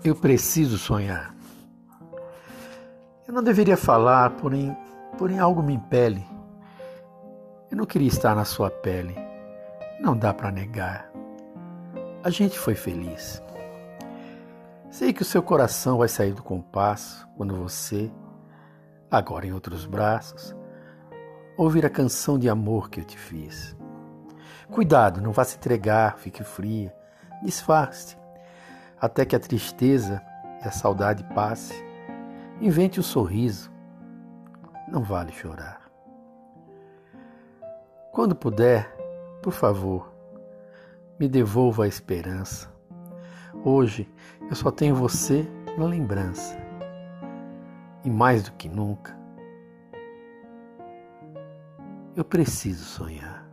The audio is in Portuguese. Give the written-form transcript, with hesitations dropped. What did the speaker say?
Eu preciso sonhar. Eu não deveria falar, porém algo me impele. Eu não queria estar na sua pele. Não dá para negar. A gente foi feliz. Sei que o seu coração vai sair do compasso quando você, agora em outros braços, ouvir a canção de amor que eu te fiz. Cuidado, não vá se entregar, fique fria, disfarce, até que a tristeza e a saudade passe. Invente um sorriso, não vale chorar. Quando puder, por favor, me devolva a esperança. Hoje eu só tenho você na lembrança. E mais do que nunca, eu preciso sonhar.